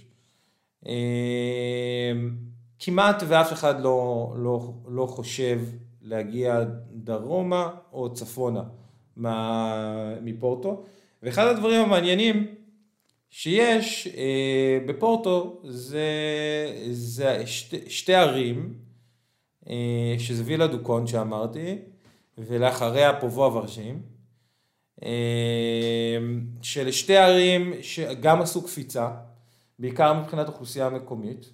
כמעט ואף אחד לא, לא, לא חושב להגיע דרומה או צפונה מפורטו. ואחד הדברים המעניינים שיש אה, בפורטו זה, זה שתי, שתי ערים, אה, שזה וילה דוקון שאמרתי, ולאחריה פובוע ורג'ין, אה, של שתי ערים שגם עשו קפיצה, בעיקר מבחינת אוכלוסייה מקומית.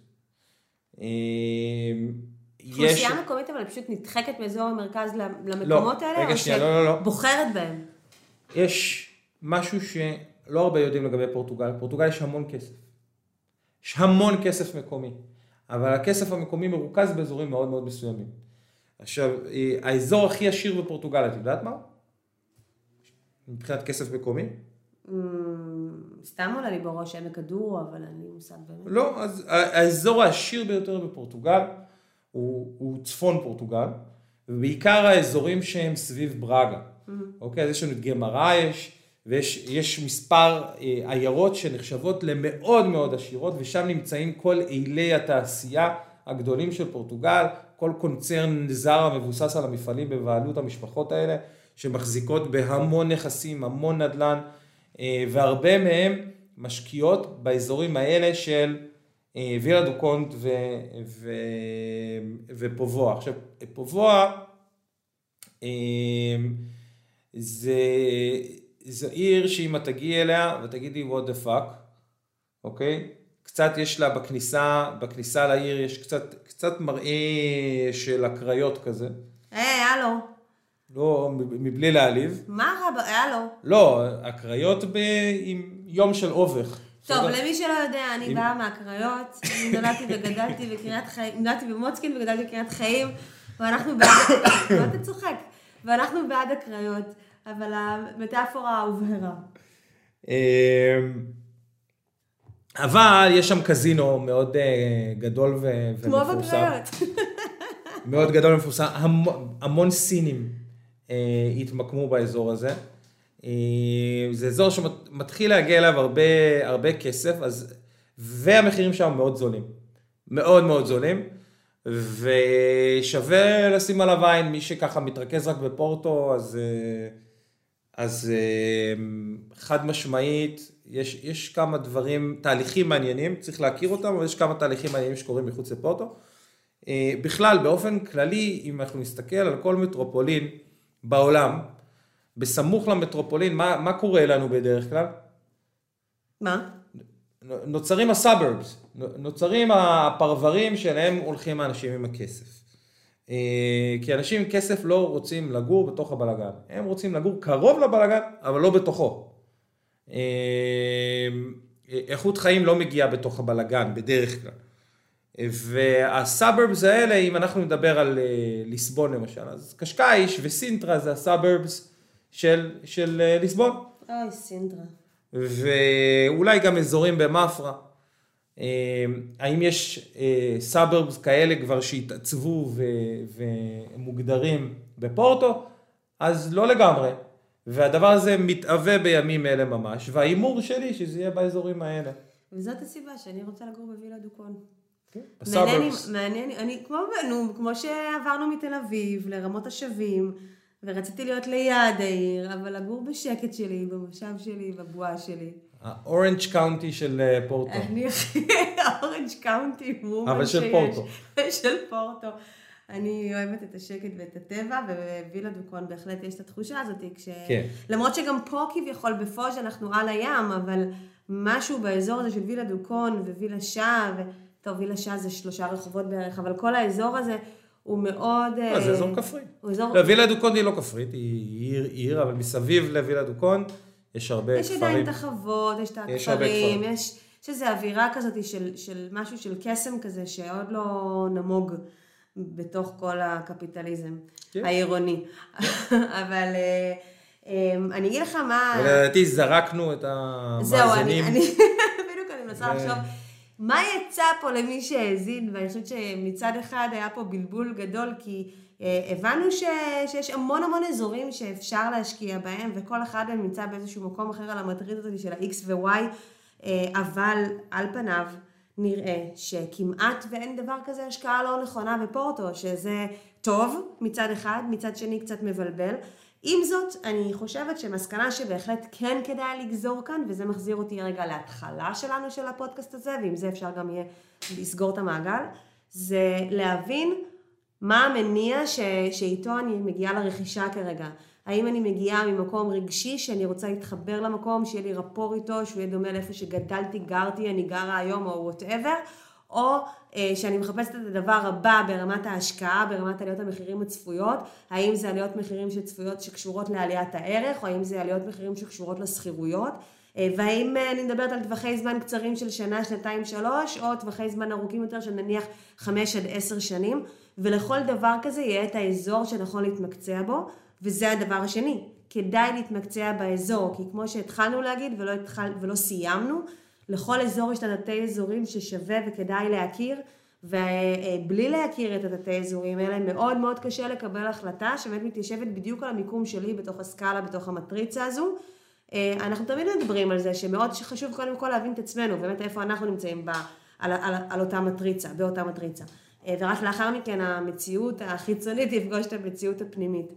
אוכלוסייה יש... מקומית אבל פשוט נדחקת מאזור המרכז למקומות לא, האלה, רגע, או שנייה, לא, לא, לא. שבוחרת בהם? יש משהו שלא הרבה יודעים לגבי פורטוגל. פורטוגל יש המון כסף. יש המון כסף מקומי. אבל הכסף המקומי מרוכז באזורים מאוד מאוד מסוימים. עכשיו, האזור הכי עשיר בפורטוגל, את יודעת מה? מבחינת כסף מקומי? סתם עולה לי בראש עמק הדורו, אבל אני מושג באמת. לא, אז האזור העשיר ביותר בפורטוגל הוא, הוא צפון פורטוגל, ובעיקר האזורים שהם סביב ברגה. אוקיי, אז יש לנו את גמרייש, ויש יש מספר אה, עיירות שנחשבות למאוד מאוד עשירות, ושם נמצאים כל אילי התעשייה הגדולים של פורטוגל, כל קונצרן זר המבוסס על המפעלים בבעלות המשפחות האלה, שמחזיקות בהמון נכסים, המון נדל"ן, אה, והרבה מהם משקיעות באזורים האלה של אה, וילה דוקונט ו, ו, ופובוע. עכשיו, פובוע אה, זה... זו עיר שאם את תגיעי אליה ותגידי what the fuck, אוקיי? קצת יש לה בכניסה, בכניסה לעיר יש קצת, קצת מראה של הקריות כזה. היי, הלו. לא, מבלי להעליב. מה רב, הלו. לא, הקריות ב... עם יום של אובך. טוב, למי שלא יודע, אני באה מהקריות, אני נולדתי וגדלתי בקריית חיים, נולדתי במוצקין וגדלתי בקריית חיים, ואנחנו בעד, מה אתה צוחק? ואנחנו בעד הקריות. אבל המטאפורה הובהרה. אבל יש שם קזינו מאוד גדול ומפורסם. כמו בקריות. מאוד גדול ומפורסם. המון סינים התמקמו באזור הזה. זה אזור שמתחיל להגיע אליו הרבה, הרבה כסף, אז, והמחירים שם מאוד זולים. מאוד מאוד זולים. ושווה לשים עליו עין, מי שככה מתרכז רק בפורטו, אז... אז חד משמעית, יש, יש כמה דברים, תהליכים מעניינים, צריך להכיר אותם, אבל יש כמה תהליכים מעניינים שקורים מחוץ לפורטו. בכלל, באופן כללי, אם אנחנו נסתכל על כל מטרופולין בעולם, בסמוך למטרופולין, מה, מה קורה לנו בדרך כלל? מה? נוצרים הסאברבס, נוצרים הפרברים שלהם הולכים האנשים עם הכסף. כי אנשים עם כסף לא רוצים לגור בתוך הבלגן, הם רוצים לגור קרוב לבלגן, אבל לא בתוכו. איכות חיים לא מגיעה בתוך הבלגן, בדרך כלל. והסאברבס האלה, אם אנחנו נדבר על ליסבון למשל, אז קשקייש וסינטרה זה הסאברבס של, של ליסבון. אוי, סינטרה. ואולי גם אזורים במפרה. האם יש סאברבס כאלה כבר שהתעצבו ומוגדרים בפורטו? אז לא לגמרי. והדבר הזה מתהווה בימים אלה ממש, והאימור שלי שזה יהיה באזורים האלה. וזאת הסיבה שאני רוצה לגור בווילה דוקון. מעניין, מעניין, אני כמו, נו, כמו שעברנו מתל אביב לרמות השבים, ורציתי להיות ליד העיר, אבל לגור בשקט שלי, במושב שלי, בבועה שלי. האורנג' קאונטי של פורטו. אני הכי, האורנג' קאונטי וומן אבל של פורטו. של פורטו. אני אוהבת את השקט ואת הטבע, ובווילה דוקון בהחלט יש את התחושה הזאת, כש... כן. למרות שגם פה כביכול בפוז' אנחנו על הים, אבל משהו באזור הזה של וילה דוקון ווילה שעה, ו... טוב, וילה שעה זה שלושה רחובות בערך, אבל כל האזור הזה הוא מאוד... לא, זה אזור כפרי. אזור... לא, וילה דוקון היא לא כפרית, היא עיר, עיר, אבל מסביב לווילה דוקון יש הרבה יש כפרים. יש עדיין את החוות, יש את הכפרים, יש, יש איזו אווירה כזאת של, של משהו של קסם כזה, שעוד לא נמוג בתוך כל הקפיטליזם כן. העירוני. אבל אני אגיד לך מה... ולדעתי זרקנו את המאזינים. זהו, אני, אני, בדיוק אני מנסה לחשוב. מה יצא פה למי שהאזין, ואני חושבת שמצד אחד היה פה בלבול גדול, כי אה, הבנו ש, שיש המון המון אזורים שאפשר להשקיע בהם, וכל אחד מהם נמצא באיזשהו מקום אחר על המטריד הזאת של ה-X ו-Y, אה, אבל על פניו נראה שכמעט ואין דבר כזה השקעה לא נכונה בפורטו, שזה טוב מצד אחד, מצד שני קצת מבלבל. עם זאת, אני חושבת שמסקנה שבהחלט כן כדאי לגזור כאן, וזה מחזיר אותי רגע להתחלה שלנו של הפודקאסט הזה, ועם זה אפשר גם יהיה לסגור את המעגל, זה להבין מה המניע ש... שאיתו אני מגיעה לרכישה כרגע. האם אני מגיעה ממקום רגשי שאני רוצה להתחבר למקום, שיהיה לי רפור איתו, שהוא יהיה דומה לאיפה שגדלתי, גרתי, אני גרה היום או whatever, או אה, שאני מחפשת את הדבר הבא ברמת ההשקעה, ברמת עליות המחירים הצפויות, האם זה עליות מחירים שצפויות שקשורות לעליית הערך, או האם זה עליות מחירים שקשורות לסחירויות, אה, והאם אה, אני מדברת על טווחי זמן קצרים של שנה, שנתיים, שלוש, או טווחי זמן ארוכים יותר של נניח חמש עד עשר שנים, ולכל דבר כזה יהיה את האזור שנכון להתמקצע בו, וזה הדבר השני, כדאי להתמקצע באזור, כי כמו שהתחלנו להגיד ולא, התחל, ולא סיימנו, לכל אזור יש את התתי אזורים ששווה וכדאי להכיר, ובלי להכיר את התתי אזורים האלה, מאוד מאוד קשה לקבל החלטה שבאמת מתיישבת בדיוק על המיקום שלי בתוך הסקאלה, בתוך המטריצה הזו. אנחנו תמיד מדברים על זה, שמאוד חשוב קודם כל להבין את עצמנו, באמת איפה אנחנו נמצאים בה, על, על, על אותה מטריצה, באותה מטריצה. ורק לאחר מכן המציאות החיצונית תפגוש את המציאות הפנימית.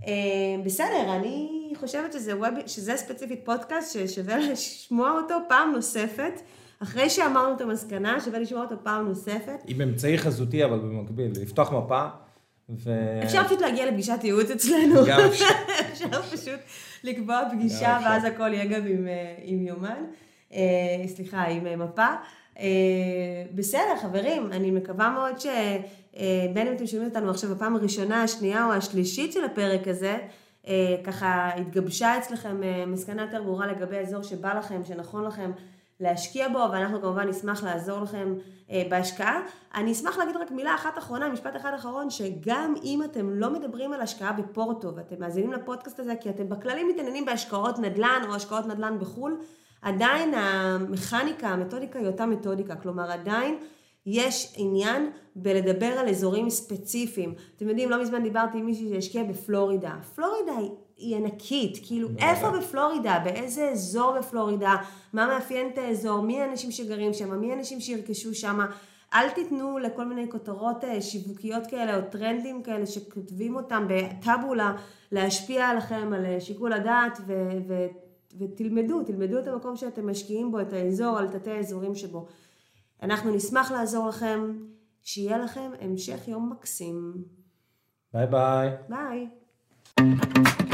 בסדר, אני חושבת שזה, ווב, שזה ספציפית פודקאסט ששווה לשמוע אותו פעם נוספת, אחרי שאמרנו את המסקנה, שווה לשמוע אותו פעם נוספת. עם אמצעי חזותי, אבל במקביל, לפתוח מפה. ו... אפשר פשוט להגיע לפגישת ייעוץ אצלנו. גם אפשר. אפשר פשוט לקבוע פגישה, ואז הכל יהיה גם עם, עם יומן, סליחה, עם מפה. בסדר, חברים, אני מקווה מאוד שבין אם אתם שומעים אותנו עכשיו בפעם הראשונה, השנייה או השלישית של הפרק הזה, ככה התגבשה אצלכם מסקנה יותר ברורה לגבי האזור שבא לכם, שנכון לכם להשקיע בו, ואנחנו כמובן נשמח לעזור לכם בהשקעה. אני אשמח להגיד רק מילה אחת אחרונה, משפט אחד אחרון, שגם אם אתם לא מדברים על השקעה בפורטו, ואתם מאזינים לפודקאסט הזה, כי אתם בכללים מתעניינים בהשקעות נדל"ן או השקעות נדל"ן בחול, עדיין המכניקה, המתודיקה היא אותה מתודיקה, כלומר עדיין יש עניין בלדבר על אזורים ספציפיים. אתם יודעים, לא מזמן דיברתי עם מישהי שהשקיע בפלורידה. פלורידה היא, היא ענקית, כאילו איפה בפלורידה, באיזה אזור בפלורידה, מה מאפיין את האזור, מי האנשים שגרים שם, מי האנשים שירכשו שם. אל תיתנו לכל מיני כותרות שיווקיות כאלה או טרנדים כאלה שכותבים אותם בטאבולה להשפיע עליכם, על שיקול הדעת ו... ו ותלמדו, תלמדו את המקום שאתם משקיעים בו, את האזור, על תתי האזורים שבו. אנחנו נשמח לעזור לכם, שיהיה לכם המשך יום מקסים. ביי ביי. ביי.